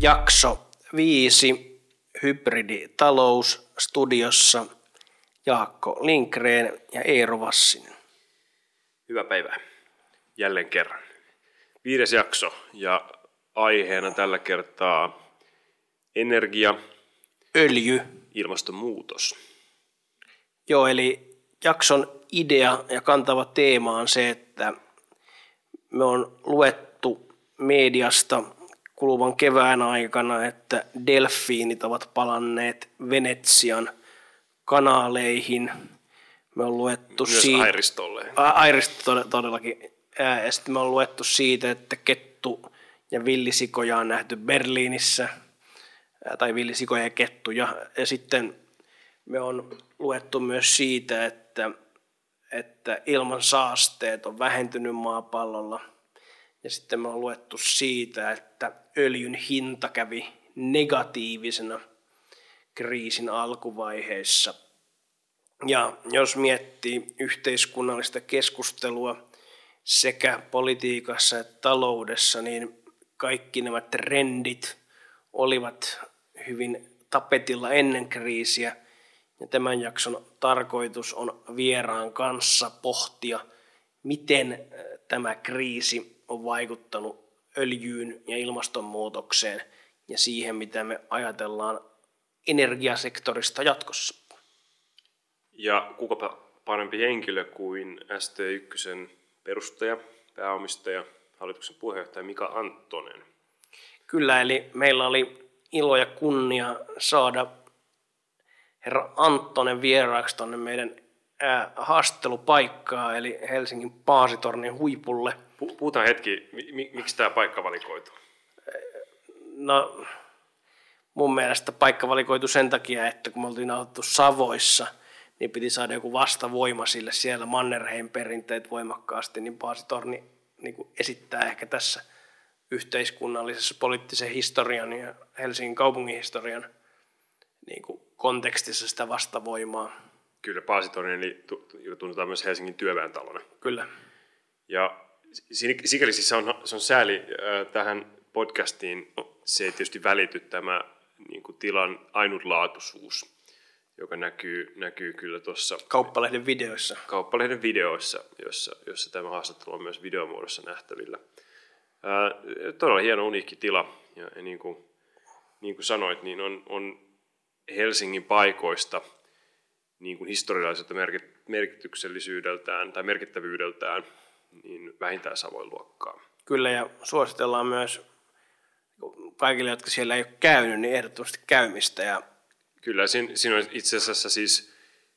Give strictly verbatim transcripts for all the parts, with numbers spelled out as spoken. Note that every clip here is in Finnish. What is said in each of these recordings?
Jakso viisi, hybriditalous, studiossa Jaakko Lindgren ja Eero Vassinen. Hyvää päivää. Jälleen kerran. Viides jakso ja aiheena tällä kertaa energia, Öljy. ilmastonmuutos. Joo, eli jakson idea ja kantava teema on se, että me on luettu mediasta kuluvan kevään aikana, että delfiinit ovat palanneet Venetsian kanaaleihin. Me on luettu Myös siitä, Airistolle. Airisto todellakin. Ja sitten me on luettu siitä, että kettu ja villisikoja on nähty Berliinissä, tai villisikoja ja kettuja. Ja sitten me on luettu myös siitä, että, että ilman saasteet on vähentynyt maapallolla. Ja sitten me on luettu siitä, että öljyn hinta kävi negatiivisena kriisin alkuvaiheessa. Ja jos miettii yhteiskunnallista keskustelua sekä politiikassa että taloudessa, niin kaikki nämä trendit olivat hyvin tapetilla ennen kriisiä. Ja tämän jakson tarkoitus on vieraan kanssa pohtia, miten tämä kriisi on vaikuttanut öljyyn ja ilmastonmuutokseen ja siihen, mitä me ajatellaan energiasektorista jatkossa. Ja kukapa parempi henkilö kuin S T yksi perustaja, pääomistaja, hallituksen puheenjohtaja Mika Anttonen. Kyllä, eli meillä oli ilo ja kunnia saada herra Anttonen vieraaksi tuonne meidän ää, haastattelupaikkaa, eli Helsingin Paasitornin huipulle. Puhutaan hetki, miksi tämä paikka valikoitu? No, mun mielestä paikka valikoitu sen takia, että kun me oltiin aloitettu Savoissa, niin piti saada joku vastavoima sille, siellä Mannerheim perinteet voimakkaasti, niin Paasitorni niin kuin esittää ehkä tässä yhteiskunnallisessa poliittisen historian ja Helsingin kaupungin historian niin kuin kontekstissa sitä vastavoimaa. Kyllä, Paasitorni eli tunnetaan myös Helsingin työväentalona. Kyllä. Ja sikäli siis se on, se on sääli äh, tähän podcastiin, se ei tietysti välity tämä niin kuin tilan ainutlaatuisuus, joka näkyy, näkyy kyllä tuossa Kauppalehden videoissa. Kauppalehden videoissa, jossa, jossa tämä haastattelu on myös videomuodossa nähtävillä. Ää, todella hieno uniikki tila, ja, ja niin, kuin, niin kuin sanoit, niin on, on Helsingin paikoista niin kuin historialliselta merkityksellisyydeltään tai merkittävyydeltään niin vähintään Savoin luokkaa. Kyllä, ja suositellaan myös kaikille, jotka siellä ei ole käynyt, niin ehdottomasti käymistä. Ja kyllä, siinä on itse asiassa siis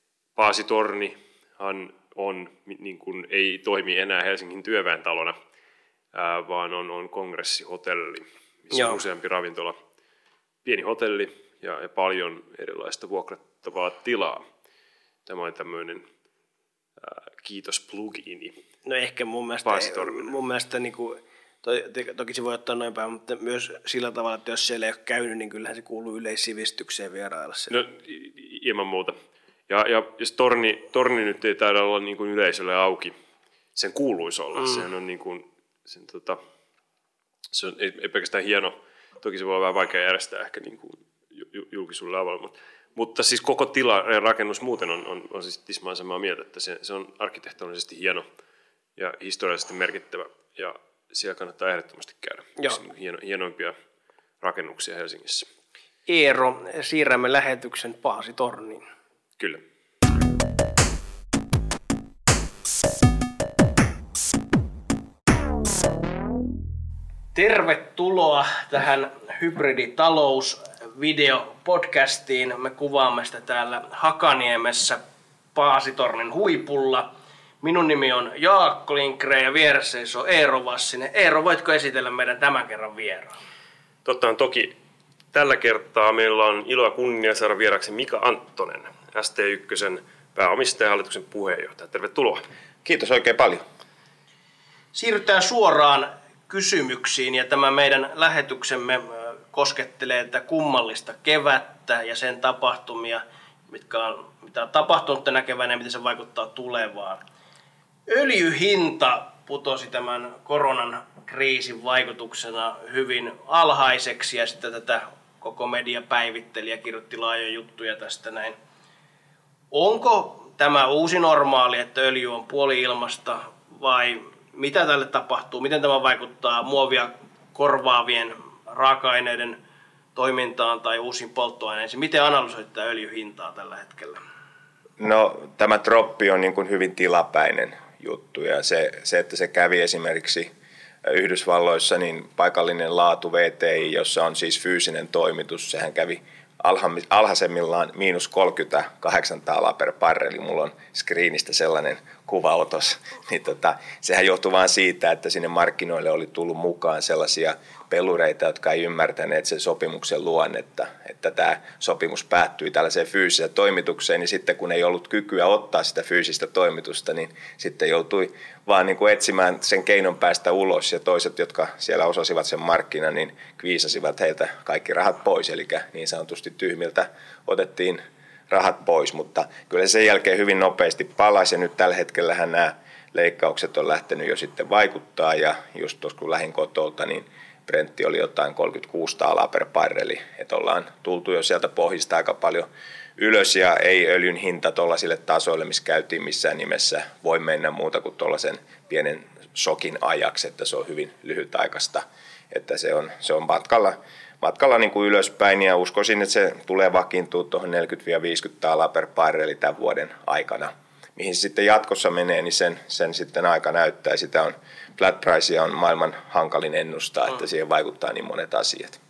Paasitornihan on, niin kuin, ei toimi enää Helsingin työväentalona, ää, vaan on, on kongressihotelli, missä Joo. on useampi ravintola, pieni hotelli ja, ja paljon erilaista vuokrattavaa tilaa. Tämä on tämmöinen ää, kiitos plugini. No ehkä mun mielestä, mun mielestä niin kuin, to, toki se voi ottaa noin päin, mutta myös sillä tavalla, että jos siellä ei ole käynyt, niin kyllähän se kuuluu yleissivistykseen vierailla. No ilman muuta. Ja, ja jos torni, torni nyt ei taida olla niin kuin yleisölle auki, sen kuuluisi olla. Mm. Sehän on niin kuin, sen, tota, se on ei, ei pelkästään hieno, toki se voi olla vähän vaikea järjestää ehkä niin kuin julkisuudelle lavalla, mutta, mutta siis koko tila ja rakennus muuten on, on, on siis tismaan samaa mieltä, että se, se on arkkitehtonisesti hieno ja historiallisesti merkittävä ja siellä kannattaa ehdottomasti käydä. Se on hieno, hienoimpia rakennuksia Helsingissä. Eero, siirrämme lähetyksen Paasitorniin. Kyllä. Tervetuloa tähän hybriditalous-videopodcastiin. Me kuvaamme sitä täällä Hakaniemessä Paasitornin huipulla. Minun nimi on Jaakko Lindgren ja vieressä seisoo Eero Vassinen. Eero, voitko esitellä meidän tämän kerran vieraan? Totta on toki. Tällä kertaa meillä on ilo ja kunnia saada vieraksi Mika Anttonen, S T yksi pääomistaja ja hallituksen puheenjohtaja. Tervetuloa. Kiitos oikein paljon. Siirrytään suoraan kysymyksiin ja tämä meidän lähetyksemme koskettelee tätä kummallista kevättä ja sen tapahtumia, mitkä on, mitä on tapahtunut tänä keväänä ja miten se vaikuttaa tulevaan. Öljyhinta putosi tämän koronan kriisin vaikutuksena hyvin alhaiseksi ja sitten tätä koko media päivitteli ja kirjoitti laajoja juttuja tästä näin. Onko tämä uusi normaali, että öljy on puoli ilmasta vai mitä tälle tapahtuu? Miten tämä vaikuttaa muovia korvaavien raaka-aineiden toimintaan tai uusiin polttoaineisiin? Miten analysoitte öljyhintaa tällä hetkellä? No tämä droppi on niin kuin hyvin tilapäinen juttu ja se, se, että se kävi esimerkiksi Yhdysvalloissa, niin paikallinen laatu V T I, jossa on siis fyysinen toimitus, sehän kävi alhaisemmillaan miinus kolmekymmentäkahdeksan taalaa per barreli. Mulla on screenistä sellainen kuvaotos. Niin tota, sehän johtui vain siitä, että sinne markkinoille oli tullut mukaan sellaisia pelureita, jotka ei ymmärtäneet sen sopimuksen luonnetta, että tämä sopimus päättyi tällaiseen fyysiseen toimitukseen, niin sitten kun ei ollut kykyä ottaa sitä fyysistä toimitusta, niin sitten joutui vaan niin kuin etsimään sen keinon päästä ulos, ja toiset, jotka siellä osasivat sen markkinan, niin kviisasivat heiltä kaikki rahat pois, eli niin sanotusti tyhmiltä otettiin rahat pois, mutta kyllä se sen jälkeen hyvin nopeasti palasi, ja nyt tällä hetkellähän nämä leikkaukset on lähtenyt jo sitten vaikuttaa, ja just tuossa kun lähdin kotolta, niin Brentti oli jotain kolmekymmentäkuusi taalaa per barreli, että ollaan tultu jo sieltä pohjista aika paljon ylös, ja ei öljyn hinta tuollaisille tasoille, missä käytiin missään nimessä, voi mennä muuta kuin tuollaisen pienen shokin ajaksi, että se on hyvin lyhytaikaista, että se on, se on matkalla, matkalla niin kuin ylöspäin, ja uskoisin, että se tulee vakiintua tuohon neljäkymmentä viisikymmentä taalaa per barreli tämän vuoden aikana. Mihin se sitten jatkossa menee, niin sen, sen sitten aika näyttää. Sitä on, flat pricea on maailman hankalin ennustaa, että siihen vaikuttaa niin monet asiat.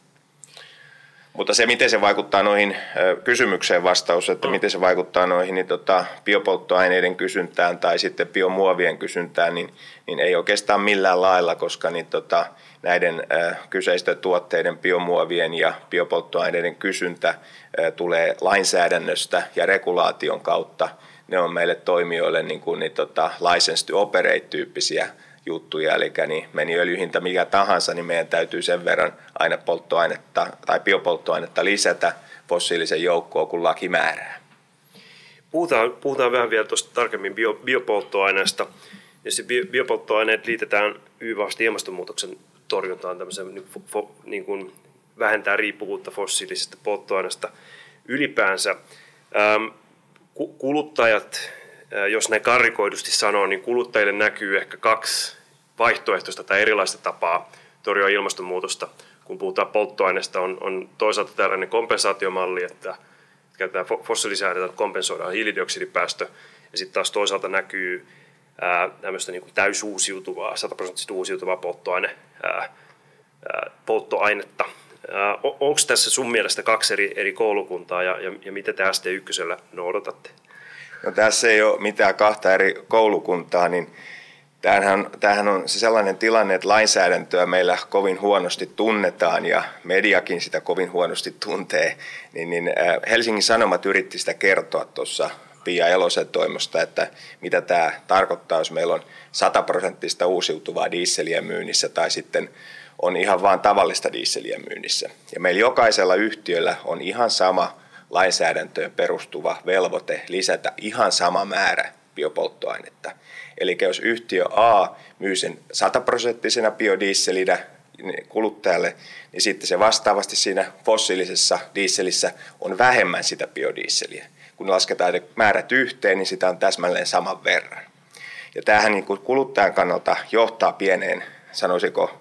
Mutta se, miten se vaikuttaa noihin, kysymykseen vastaus, että miten se vaikuttaa noihin niin tota, biopolttoaineiden kysyntään tai sitten biomuovien kysyntään, niin, niin ei oikeastaan millään lailla, koska niin, tota, näiden äh, kyseisten tuotteiden, biomuovien ja biopolttoaineiden kysyntä äh, tulee lainsäädännöstä ja regulaation kautta. Ne on meille toimijoille niin kuin, niin, tota, licensed to operate-tyyppisiä juttuja, eli niin meni öljyhinta mikä tahansa, niin meidän täytyy sen verran aina polttoainetta tai biopolttoainetta lisätä fossiilisen joukkoon, kun laki määrää. Puhutaan, puhutaan vähän vielä tuosta tarkemmin bio, biopolttoaineesta. Ja se bio, biopolttoaineet liitetään hyvin ilmastonmuutoksen torjuntaan, tämmöisen, niin, fo, niin kuin vähentää riippuvuutta fossiilisesta polttoaineesta ylipäänsä. Ähm, kuluttajat, jos näin karrikoidusti sanoo, niin kuluttajille näkyy ehkä kaksi vaihtoehtoista tai erilaista tapaa torjua ilmastonmuutosta. Kun puhutaan polttoaineesta, on, on toisaalta tällainen kompensaatiomalli, että käytetään fossiilisia aineita, että kompensoidaan hiilidioksidipäästö, ja sitten taas toisaalta näkyy ää, tämmöistä niin kuin täysuusiutuvaa, sataprosenttisesti uusiutuvaa polttoaine, ää, ää, polttoainetta. Ää, onko tässä sun mielestä kaksi eri, eri koulukuntaa, ja, ja, ja mitä te S T yksi noudatatte? No, tässä ei ole mitään kahta eri koulukuntaa, niin tämähän, tämähän on se sellainen tilanne, että lainsäädäntöä meillä kovin huonosti tunnetaan ja mediakin sitä kovin huonosti tuntee. Niin, niin Helsingin Sanomat yritti sitä kertoa tuossa Pia Elosen toimesta, että mitä tämä tarkoittaa, jos meillä on sataprosenttista uusiutuvaa dieseliä myynnissä tai sitten on ihan vaan tavallista dieseliä myynnissä. Ja meillä jokaisella yhtiöllä on ihan sama lainsäädäntöön perustuva velvoite lisätä ihan sama määrä biopolttoainetta. Eli jos yhtiö A myy sen sataprosenttisena biodieselinä kuluttajalle, niin sitten se vastaavasti siinä fossiilisessa dieselissä on vähemmän sitä biodieseliä. Kun lasketaan ne määrät yhteen, niin sitä on täsmälleen saman verran. Ja tämähän niin kuin kuluttajan kannalta johtaa pieneen, sanoisiko,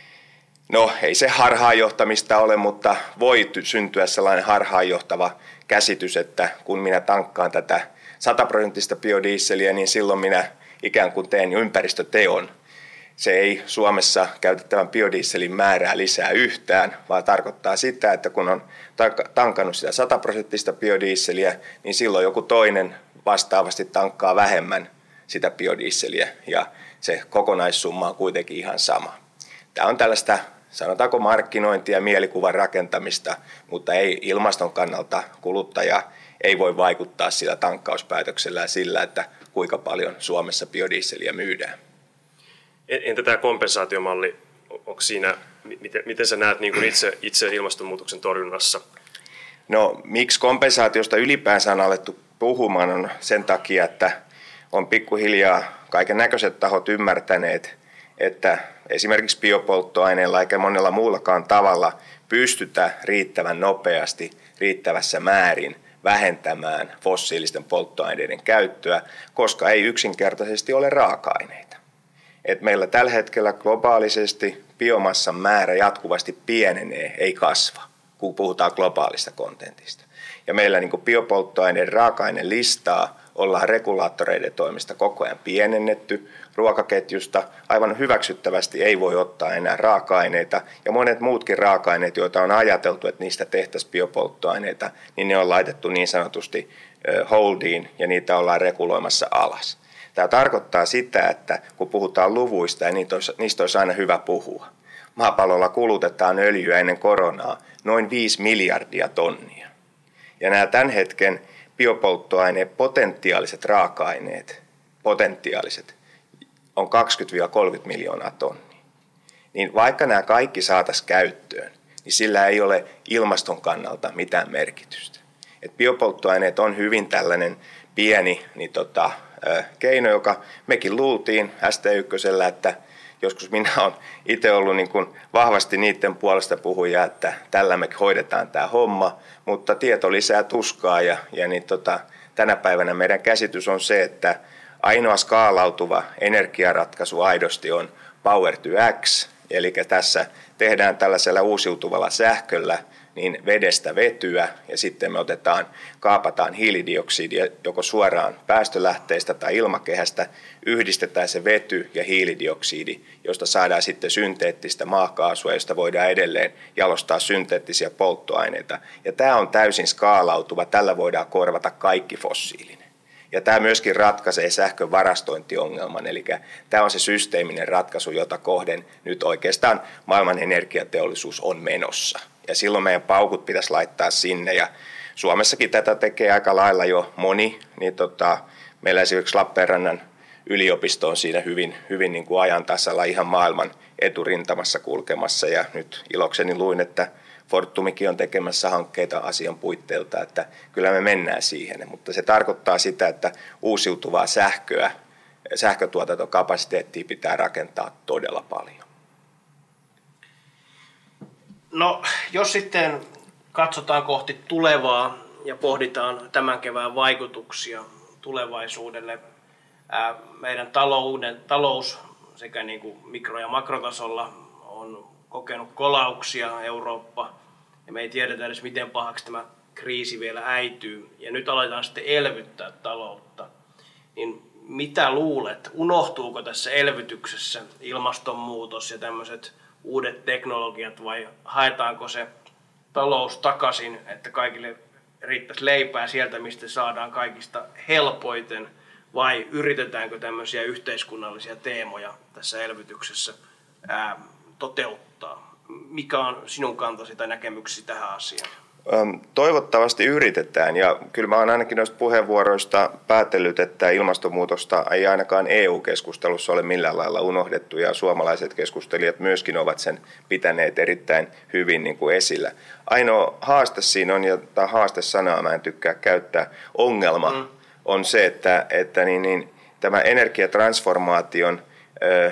no ei se harhaanjohtamista ole, mutta voi syntyä sellainen harhaanjohtava käsitys, että kun minä tankkaan tätä sataprosenttista biodieseliä, niin silloin minä ikään kuin teen ympäristöteon. Se ei Suomessa käytettävän biodieselin määrää lisää yhtään, vaan tarkoittaa sitä, että kun on tankannut sitä sataprosenttista biodieseliä, niin silloin joku toinen vastaavasti tankkaa vähemmän sitä biodieseliä ja se kokonaissumma on kuitenkin ihan sama. Tämä on tällaista, sanotaanko markkinointia ja mielikuvan rakentamista, mutta ei ilmaston kannalta kuluttaja ei voi vaikuttaa sillä tankkauspäätöksellä sillä, että kuinka paljon Suomessa biodieseliä myydään. Entä tämä kompensaatiomalli, onko siinä, miten, miten sä näet niin kuin itse, itse ilmastonmuutoksen torjunnassa? No miksi kompensaatiosta ylipäänsä on alettu puhumaan on sen takia, että on pikkuhiljaa kaiken näköiset tahot ymmärtäneet, että esimerkiksi biopolttoaineella eikä monella muullakaan tavalla pystytä riittävän nopeasti, riittävässä määrin vähentämään fossiilisten polttoaineiden käyttöä, koska ei yksinkertaisesti ole raaka-aineita. Et meillä tällä hetkellä globaalisesti biomassan määrä jatkuvasti pienenee, ei kasva, kun puhutaan globaalista kontentista. Ja meillä niin kuin biopolttoaineiden raaka-ainelistaa ollaan regulaattoreiden toimesta koko ajan pienennetty. Ruokaketjusta aivan hyväksyttävästi ei voi ottaa enää raaka-aineita, ja monet muutkin raaka-aineet, joita on ajateltu, että niistä tehtäisiin biopolttoaineita, niin ne on laitettu niin sanotusti holdiin, ja niitä ollaan reguloimassa alas. Tämä tarkoittaa sitä, että kun puhutaan luvuista, ja niistä olisi aina hyvä puhua. Maapallolla kulutetaan öljyä ennen koronaa noin viisi miljardia tonnia. Ja nämä tämän hetken biopolttoaineen potentiaaliset raaka-aineet, potentiaaliset, on kaksikymmentä kolmekymmentä miljoonaa tonnia. Niin vaikka nämä kaikki saataisiin käyttöön, niin sillä ei ole ilmaston kannalta mitään merkitystä. Et biopolttoaineet on hyvin tällainen pieni niin tota, keino, joka mekin luultiin S T yksi, että joskus minä olen itse ollut niin kuin vahvasti niiden puolesta puhuja, että tällä me hoidetaan tämä homma, mutta tieto lisää tuskaa ja, ja niin tota, tänä päivänä meidän käsitys on se, että ainoa skaalautuva energiaratkaisu aidosti on Power to X, eli tässä tehdään tällaisella uusiutuvalla sähköllä niin vedestä vetyä ja sitten me otetaan, kaapataan hiilidioksidia joko suoraan päästölähteistä tai ilmakehästä, yhdistetään se vety ja hiilidioksidi, josta saadaan sitten synteettistä maakaasua, josta voidaan edelleen jalostaa synteettisiä polttoaineita. Ja tämä on täysin skaalautuva, tällä voidaan korvata kaikki fossiilinen. Ja tämä myöskin ratkaisee sähkön varastointiongelman, eli tämä on se systeeminen ratkaisu, jota kohden nyt oikeastaan maailman energiateollisuus on menossa. Ja silloin meidän paukut pitäisi laittaa sinne, ja Suomessakin tätä tekee aika lailla jo moni, niin tota, meillä esimerkiksi Lappeenrannan yliopisto on siinä hyvin, hyvin niin kuin ajan tasalla ihan maailman eturintamassa kulkemassa, ja nyt ilokseni luin, että Fortumikin on tekemässä hankkeita asian puitteilta, että kyllä me mennään siihen, mutta se tarkoittaa sitä, että uusiutuvaa sähköä, sähkötuotantokapasiteettia pitää rakentaa todella paljon. No, jos sitten katsotaan kohti tulevaa ja pohditaan tämän kevään vaikutuksia tulevaisuudelle, ää, meidän talouden, talous sekä niin kuin mikro- ja makrotasolla on kokenut kolauksia Eurooppa, ja me ei tiedetä edes miten pahaksi tämä kriisi vielä äityy, ja nyt aletaan sitten elvyttää taloutta. Niin mitä luulet, unohtuuko tässä elvytyksessä ilmastonmuutos ja tämmöiset uudet teknologiat, vai haetaanko se talous takaisin, että kaikille riittäisi leipää sieltä, mistä saadaan kaikista helpoiten, vai yritetäänkö tämmöisiä yhteiskunnallisia teemoja tässä elvytyksessä ää, toteuttaa? Mikä on sinun kantasi tai näkemyksesi tähän asiaan? Toivottavasti yritetään, ja kyllä mä oon ainakin noista puheenvuoroista päätellyt, että ilmastonmuutosta ei ainakaan E U-keskustelussa ole millään lailla unohdettu, ja suomalaiset keskustelijat myöskin ovat sen pitäneet erittäin hyvin niin kuin esillä. Ainoa haaste siinä on, ja tämä haaste-sanaa mä en tykkää käyttää, ongelma mm. on se, että, että niin, niin, tämä energiatransformaation ö,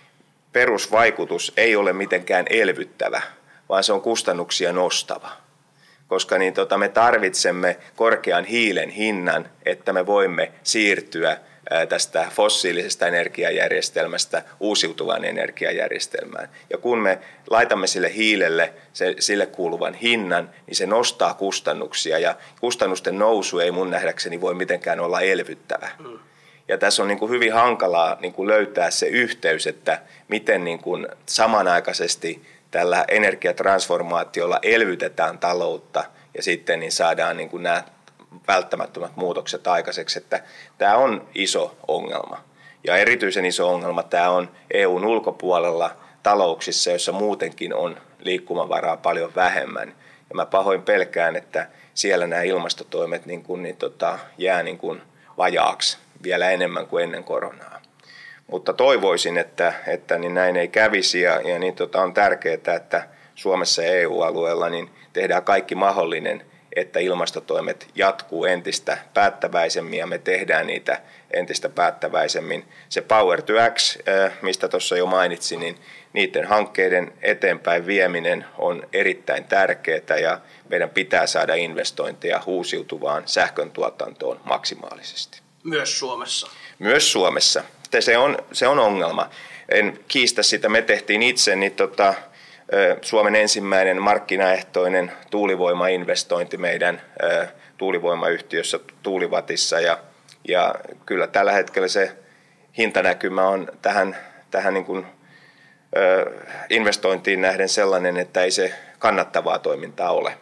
perusvaikutus ei ole mitenkään elvyttävä, vaan se on kustannuksia nostava. Koska niin, tota, me tarvitsemme korkean hiilen hinnan, että me voimme siirtyä ää, tästä fossiilisesta energiajärjestelmästä uusiutuvaan energiajärjestelmään. Ja kun me laitamme sille hiilelle se, sille kuuluvan hinnan, niin se nostaa kustannuksia, ja kustannusten nousu ei mun nähdäkseni voi mitenkään olla elvyttävä. Mm. Ja tässä on niin kuin hyvin hankalaa niin kuin löytää se yhteys, että miten niin kuin samanaikaisesti tällä energiatransformaatiolla elvytetään taloutta ja sitten niin saadaan niin kuin nämä välttämättömät muutokset aikaiseksi, että tämä on iso ongelma. Ja erityisen iso ongelma tämä on E U:n ulkopuolella talouksissa, joissa muutenkin on liikkumavaraa paljon vähemmän. Ja mä pahoin pelkään, että siellä nämä ilmastotoimet niin kuin, niin tota, jää niin kuin vajaaksi vielä enemmän kuin ennen koronaa. Mutta toivoisin, että, että niin näin ei kävisi, ja, ja niin tota on tärkeää, että Suomessa ja E U-alueella niin tehdään kaikki mahdollinen, että ilmastotoimet jatkuu entistä päättäväisemmin ja me tehdään niitä entistä päättäväisemmin. Se Power to X, mistä tuossa jo mainitsin, niin niiden hankkeiden eteenpäin vieminen on erittäin tärkeää ja meidän pitää saada investointeja uusiutuvaan sähköntuotantoon maksimaalisesti. Myös Suomessa. Myös Suomessa. Se on, se on ongelma. En kiistä sitä, me tehtiin itse niin tota, Suomen ensimmäinen markkinaehtoinen tuulivoimainvestointi meidän tuulivoimayhtiössä Tuulivatissa ja, ja kyllä tällä hetkellä se hintanäkymä on tähän, tähän niin kuin, ö, investointiin nähden sellainen, että ei se kannattavaa toimintaa ole.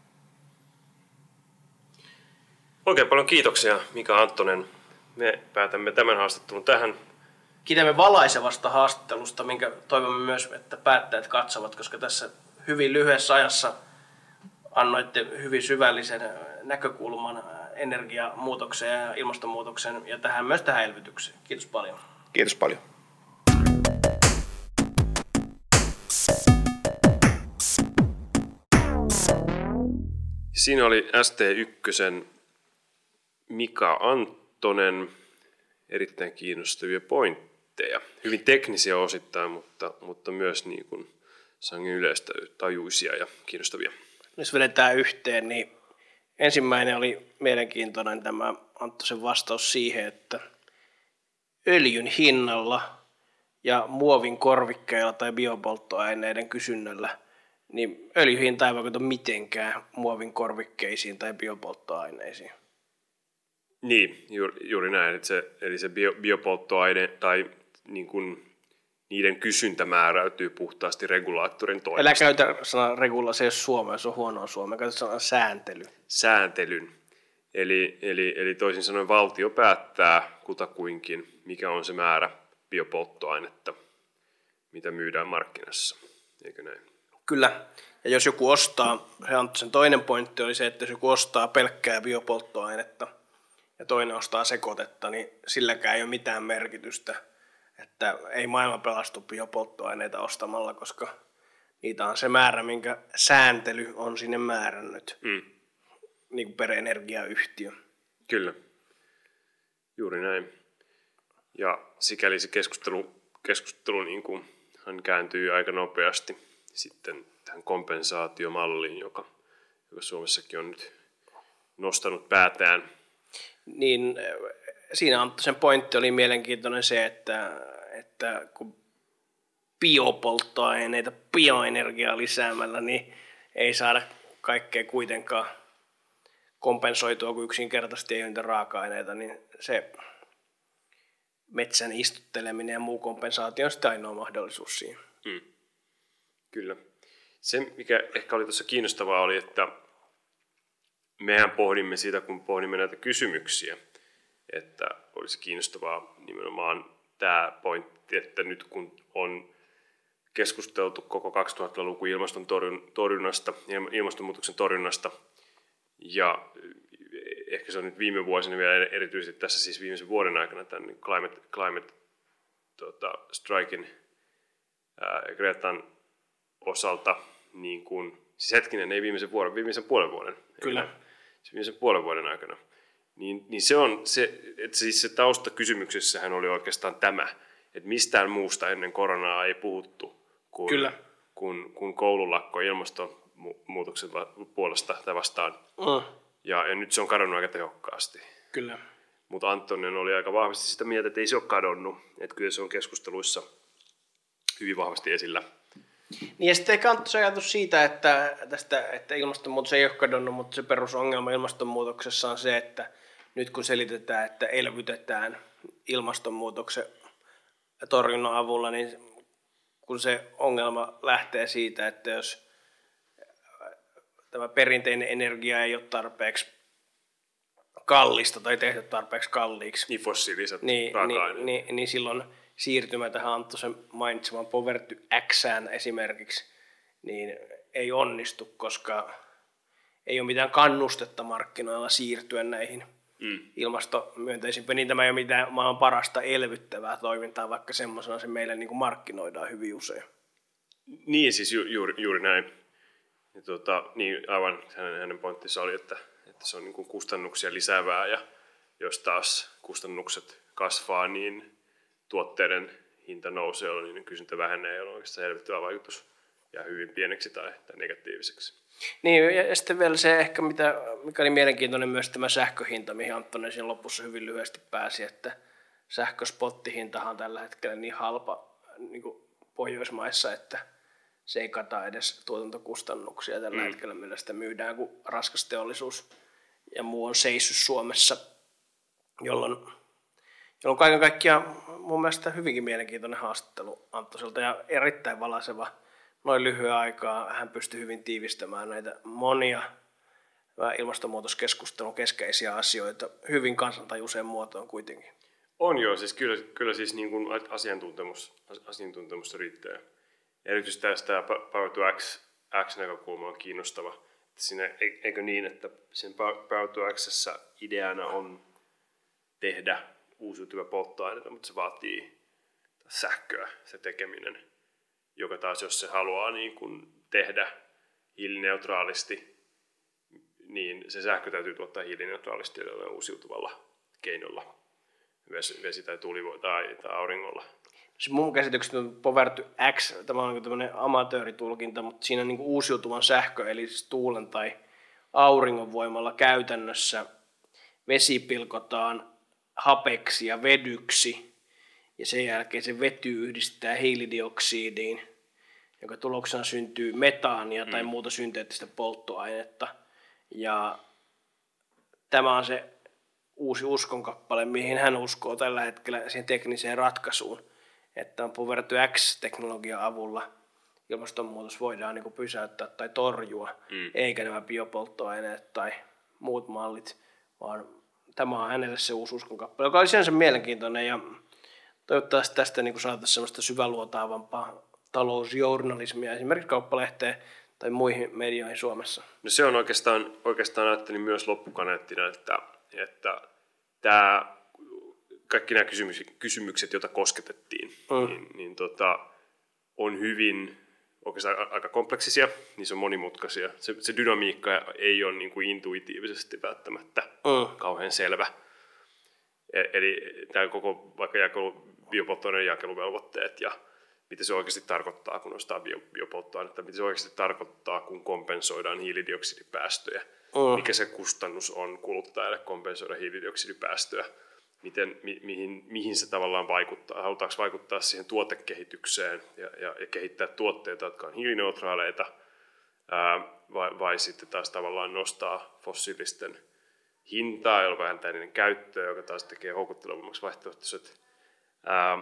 Oikein paljon kiitoksia Mika Anttonen. Me päätämme tämän haastattelun tähän. Kiitämme valaisevasta haastattelusta, minkä toivomme myös, että päättäjät katsovat, koska tässä hyvin lyhyessä ajassa annoitte hyvin syvällisen näkökulman energiamuutokseen ja ilmastonmuutokseen ja tähän, myös tähän elvytykseen. Kiitos paljon. Kiitos paljon. Siinä oli S T yksi Mika Anttonen. Erittäin kiinnostavia pointteja. Hyvin teknisiä osittain, mutta, mutta myös niin kuin sangen yleistä tajuisia ja kiinnostavia. Jos vedetään yhteen, niin ensimmäinen oli mielenkiintoinen tämä Anttosen vastaus siihen, että öljyn hinnalla ja muovin korvikkeilla tai biopolttoaineiden kysynnällä, niin öljyhinta ei vaikuta mitenkään muovin korvikkeisiin tai biopolttoaineisiin. Niin, juuri, juuri näin. Eli se, eli se bio, biopolttoaine tai niin kuin, niiden kysyntä määräytyy puhtaasti regulaattorin toimesta. Älä käytä sanaa regula, se ei ole suomea, se on huonoa suomea. Käytä sanaa sääntely. Sääntelyn. Eli, eli, eli toisin sanoen valtio päättää kutakuinkin, mikä on se määrä biopolttoainetta, mitä myydään markkinassa. Eikö näin? Kyllä. Ja jos joku ostaa, sen toinen pointti oli se, että jos joku ostaa pelkkää biopolttoainetta, ja toinen ostaa sekoitetta, niin silläkään ei ole mitään merkitystä, että ei maailma pelastu biopolttoaineita ostamalla, koska niitä on se määrä, minkä sääntely on sinne määrännyt, mm. niin kuin per energiayhtiö. Kyllä, juuri näin. Ja sikäli se keskustelu, keskustelu niin kuin, hän kääntyy aika nopeasti sitten tähän kompensaatiomalliin, joka, joka Suomessakin on nyt nostanut päätään. Niin siinä Anttosen pointti oli mielenkiintoinen se, että, että kun biopolttoaineita, bioenergiaa lisäämällä, niin ei saada kaikkea kuitenkaan kompensoitua, kun yksinkertaisesti ei ole niitä raaka-aineita, niin se metsän istutteleminen ja muu kompensaatio on sitten ainoa mahdollisuus siinä. Hmm. Kyllä. Se, mikä ehkä oli tuossa kiinnostavaa, oli, että mehän pohdimme sitä, kun pohdimme näitä kysymyksiä, että olisi kiinnostavaa nimenomaan tämä pointti, että nyt kun on keskusteltu koko kaksituhattaluku ilmaston torjunnasta, ilmastonmuutoksen torjunnasta, ja ehkä se on nyt viime vuosina vielä erityisesti tässä siis viimeisen vuoden aikana tämän climate, climate tota, strikein ää, Gretan osalta, niin kuin, siis hetkinen, ei viimeisen vuoden, viimeisen puolen vuoden. Kyllä. Viimeisen puolen vuoden aikana. Niin, niin se on se, että siis se taustakysymyksessähän oli oikeastaan tämä, että mistään muusta ennen koronaa ei puhuttu kuin, Kyllä. kuin, kuin koululakko ilmastonmuutoksen puolesta tai vastaan. Mm. Ja, ja nyt se on kadonnut aika tehokkaasti. Kyllä. Mutta Anttonen oli aika vahvasti sitä mieltä, että ei se ole kadonnut. Että kyllä se on keskusteluissa hyvin vahvasti esillä. Niin ja sitten ehkä Anttosen ajatus siitä, että, tästä, että ilmastonmuutos ei ole kadonnut, mutta se perusongelma ilmastonmuutoksessa on se, että nyt kun selitetään, että elvytetään ilmastonmuutoksen torjunnan avulla, niin kun se ongelma lähtee siitä, että jos tämä perinteinen energia ei ole tarpeeksi kallista tai tehty tarpeeksi kalliiksi, niin fossiiliset niin, raaka-aineet. Niin, niin, niin silloin siirtymä tähän Anttosen mainitsemaan Power to Xään esimerkiksi, niin ei onnistu, koska ei ole mitään kannustetta markkinoilla siirtyä näihin mm. ilmastomyönteisimpiin. Niin tämä ei ole mitään maailman parasta elvyttävää toimintaa, vaikka semmoisena se meille niin kuin markkinoidaan hyvin usein. Niin, siis ju, juuri, juuri näin. Ja tota, niin aivan hänen, hänen pointtinsa oli, että, että se on niin kuin kustannuksia lisäävää ja jos taas kustannukset kasvaa, niin tuotteiden hinta nousee, jolloin niiden kysyntä vähenee, jolloin oikeastaan elvyttävä vaikutus jää hyvin pieneksi tai, tai negatiiviseksi. Niin, ja sitten vielä se ehkä, mitä, mikä oli mielenkiintoinen myös tämä sähköhinta, mihin Anttonen siinä lopussa hyvin lyhyesti pääsi, että sähköspottihintahan on tällä hetkellä niin halpa niin kuin Pohjoismaissa, että se ei kata edes tuotantokustannuksia tällä mm. hetkellä, millä sitä myydään, kun raskas teollisuus ja muu on seissyt Suomessa, jolloin, jolloin kaiken kaikkiaan mun mielestä hyvinkin mielenkiintoinen haastattelu Anttoselta ja erittäin valaiseva. Noin lyhyen aikaa hän pystyi hyvin tiivistämään näitä monia ilmastonmuutoskeskustelun keskeisiä asioita hyvin kansantajuiseen muotoon kuitenkin. On joo, siis kyllä, kyllä siis niin kuin asiantuntemus, asiantuntemusta riittää. Erityisesti tästä Power to X, X-näkökulma on kiinnostava. Että siinä, eikö niin, että sen Power to X:ssä ideana on tehdä uusiutuvia polttoaineita, mutta se vaatii sähköä, se tekeminen, joka taas jos se haluaa niin kuin tehdä hiilineutraalisti, niin se sähkö täytyy tuottaa hiilineutraalisti uusiutuvalla keinolla, vesi tai tuuli tai, tai auringolla. Se mun käsitykset on Power to X, tämä on tämmöinen amatööritulkinta, mutta siinä niin kuin uusiutuvan sähkö, eli siis tuulen tai auringon voimalla käytännössä vesi pilkotaan hapeksi ja vedyksi, ja sen jälkeen se vety yhdistetään hiilidioksidiin, jonka tuloksena syntyy metaania tai muuta synteettistä polttoainetta. Ja tämä on se uusi uskonkappale, mihin hän uskoo tällä hetkellä siihen tekniseen ratkaisuun, että on Power to X-teknologian avulla ilmastonmuutos voidaan niin kuin pysäyttää tai torjua, mm. eikä nämä biopolttoaineet tai muut mallit, vaan tämä on hänelle se uusi uskonkappale, joka oli sinänsä mielenkiintoinen ja toivottavasti tästä niin kuin saataisiin sellaista syväluotaavampaa talousjournalismia esimerkiksi Kauppalehteen tai muihin medioihin Suomessa. No se on oikeastaan, oikeastaan ajattelin myös loppukaneettina, että, että tämä, kaikki nämä kysymykset, kysymykset joita kosketettiin, mm. niin, niin tota, on hyvin oikeastaan aika kompleksisia, niissä on monimutkaisia. Se, se dynamiikka ei ole niin kuin intuitiivisesti välttämättä mm. kauhean selvä. Eli tämä koko vaikka jakelu, biopolttoaineen jakeluvelvoitteet ja mitä se oikeasti tarkoittaa, kun ostaa bio, biopolttoainetta, mitä se oikeasti tarkoittaa, kun kompensoidaan hiilidioksidipäästöjä, mm. mikä se kustannus on kuluttajalle kompensoida hiilidioksidipäästöjä, miten, mi, mihin, mihin se tavallaan vaikuttaa, halutaanko vaikuttaa siihen tuotekehitykseen ja, ja, ja kehittää tuotteita, jotka on hiilineutraaleita, ää, vai, vai sitten taas tavallaan nostaa fossiilisten hintaa, jolla vähentää niiden käyttöä, joka taas tekee houkuttelevammaksi vaihtoehtoiset ää,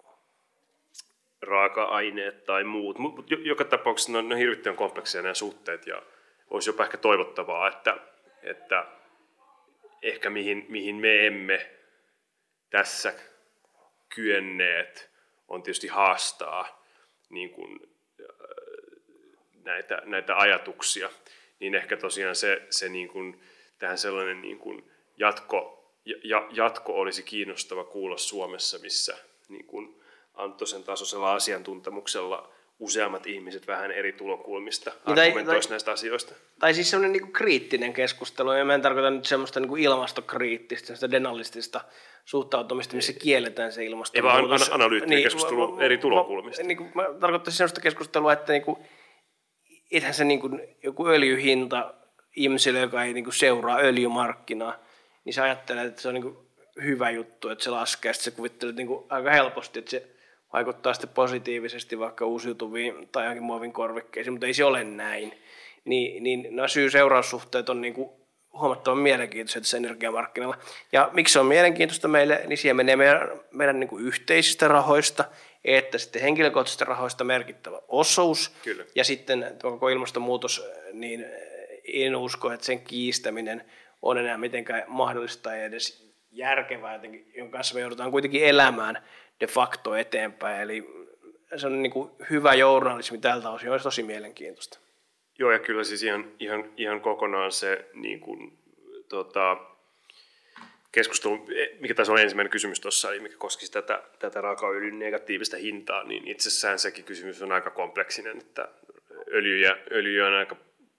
raaka-aineet tai muut. Mutta joka tapauksessa ne on, ne on hirvittävän kompleksia nämä suhteet ja olisi jopa ehkä toivottavaa, että, että ehkä mihin, mihin me emme tässä kyenneet on tietysti haastaa niin kuin, näitä, näitä ajatuksia, niin ehkä tosiaan se, se niin kuin, tähän sellainen niin kuin jatko, ja, jatko olisi kiinnostava kuulla Suomessa, missä niin kuin Anttosen tasoisella asiantuntemuksella useammat ihmiset vähän eri tulokulmista argumentoisivat näistä asioista. Tai siis semmoinen niin kuin kriittinen keskustelu, ja mä en tarkoita nyt semmoista niin kuin ilmastokriittistä, semmoista denalistista suhtautumista, missä kielletään se ilmastonmuutos. Ei vaan analyyttinen niin, keskustelu mä, eri tulokulmista. Niin kuin, mä tarkoittaisin semmoista keskustelua, että niin kuin, ethän se niin kuin, joku öljyhinta ihmiselle, joka ei niin kuin seuraa öljymarkkinaa, niin se ajattelee, että se on niin kuin hyvä juttu, että se laskee, sitten se kuvittelee niin kuin aika helposti, että se vaikuttaa sitten positiivisesti vaikka uusiutuviin tai johonkin muovin korvikkeisiin, mutta ei se ole näin. Niin, niin nämä syy-seuraussuhteet on niin kuin huomattavan mielenkiintoisia tässä energiamarkkinalla. Ja miksi se on mielenkiintoista meille, niin siihen menee meidän, meidän niin kuin yhteisistä rahoista, että sitten henkilökohtaisista rahoista merkittävä osuus. Kyllä. Ja sitten koko ilmastonmuutos, niin en usko, että sen kiistäminen on enää mitenkään mahdollista tai edes järkevää, jotenkin, jonka kanssa me joudutaan kuitenkin elämään de facto eteenpäin. Eli se on niin kuin hyvä journalismi tältä osin, olisi tosi mielenkiintoista. Joo, ja kyllä siis ihan, ihan, ihan kokonaan se niin kuin, tota, keskustelu, mikä tässä on ensimmäinen kysymys tuossa, mikä koskisi tätä, tätä raakaöljyn negatiivista hintaa, niin itsessään sekin kysymys on aika kompleksinen, että öljy, ja, öljy on aika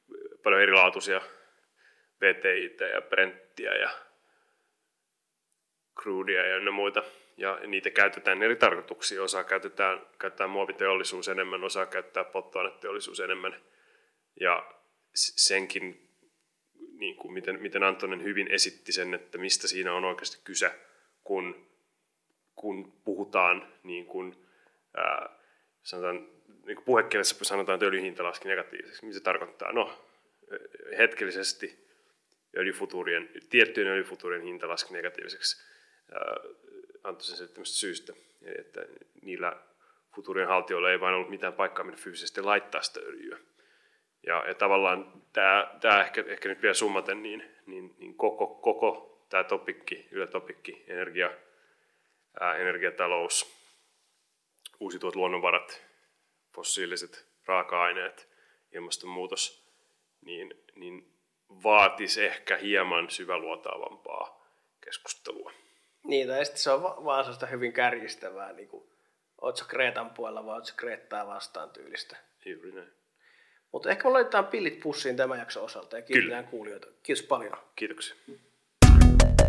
paljon erilaatuisia V T I:tä ja Brenttiä ja crudia ja ynnä muita. Ja niitä käytetään eri tarkoituksiin. Osa käytetään, käytetään muoviteollisuus enemmän, osa käyttää polttoaineteollisuus enemmän. Ja senkin, niin kuin miten, miten Antonen hyvin esitti sen, että mistä siinä on oikeasti kyse, kun, kun puhutaan, niin kuin, ää, sanotaan, niin kuin puhekielessä sanotaan, että öljyn hinta laski negatiiviseksi. Mitä se tarkoittaa? No, hetkellisesti öljyfutuurien, tiettyjen öljyfutuurien hinta laski negatiiviseksi ää, Antosen selittämästä syystä. Eli että niillä futuurien haltijoilla ei vain ollut mitään paikkaa, minne fyysisesti laittaa sitä öljyä. Ja, ja tavallaan tämä, tämä ehkä, ehkä nyt vielä summaten, niin, niin, niin koko, koko tämä topikki, ylätopikki, energia, ää, energiatalous, uusiutuvat luonnonvarat, fossiiliset raaka-aineet, ilmastonmuutos, niin, niin vaatisi ehkä hieman syväluotaavampaa keskustelua. Niin, tai sitten se on va- vaan sellaista hyvin kärjistävää, niin kuin, oot sä Kreetan puolella vai oot sä Kreettaa vastaan tyylistä. Juuri näin. Mutta ehkä me laitetaan pillit pussiin tämän jakson osalta ja kiitetään kuulijoita. Kiitos paljon. Kiitoksia.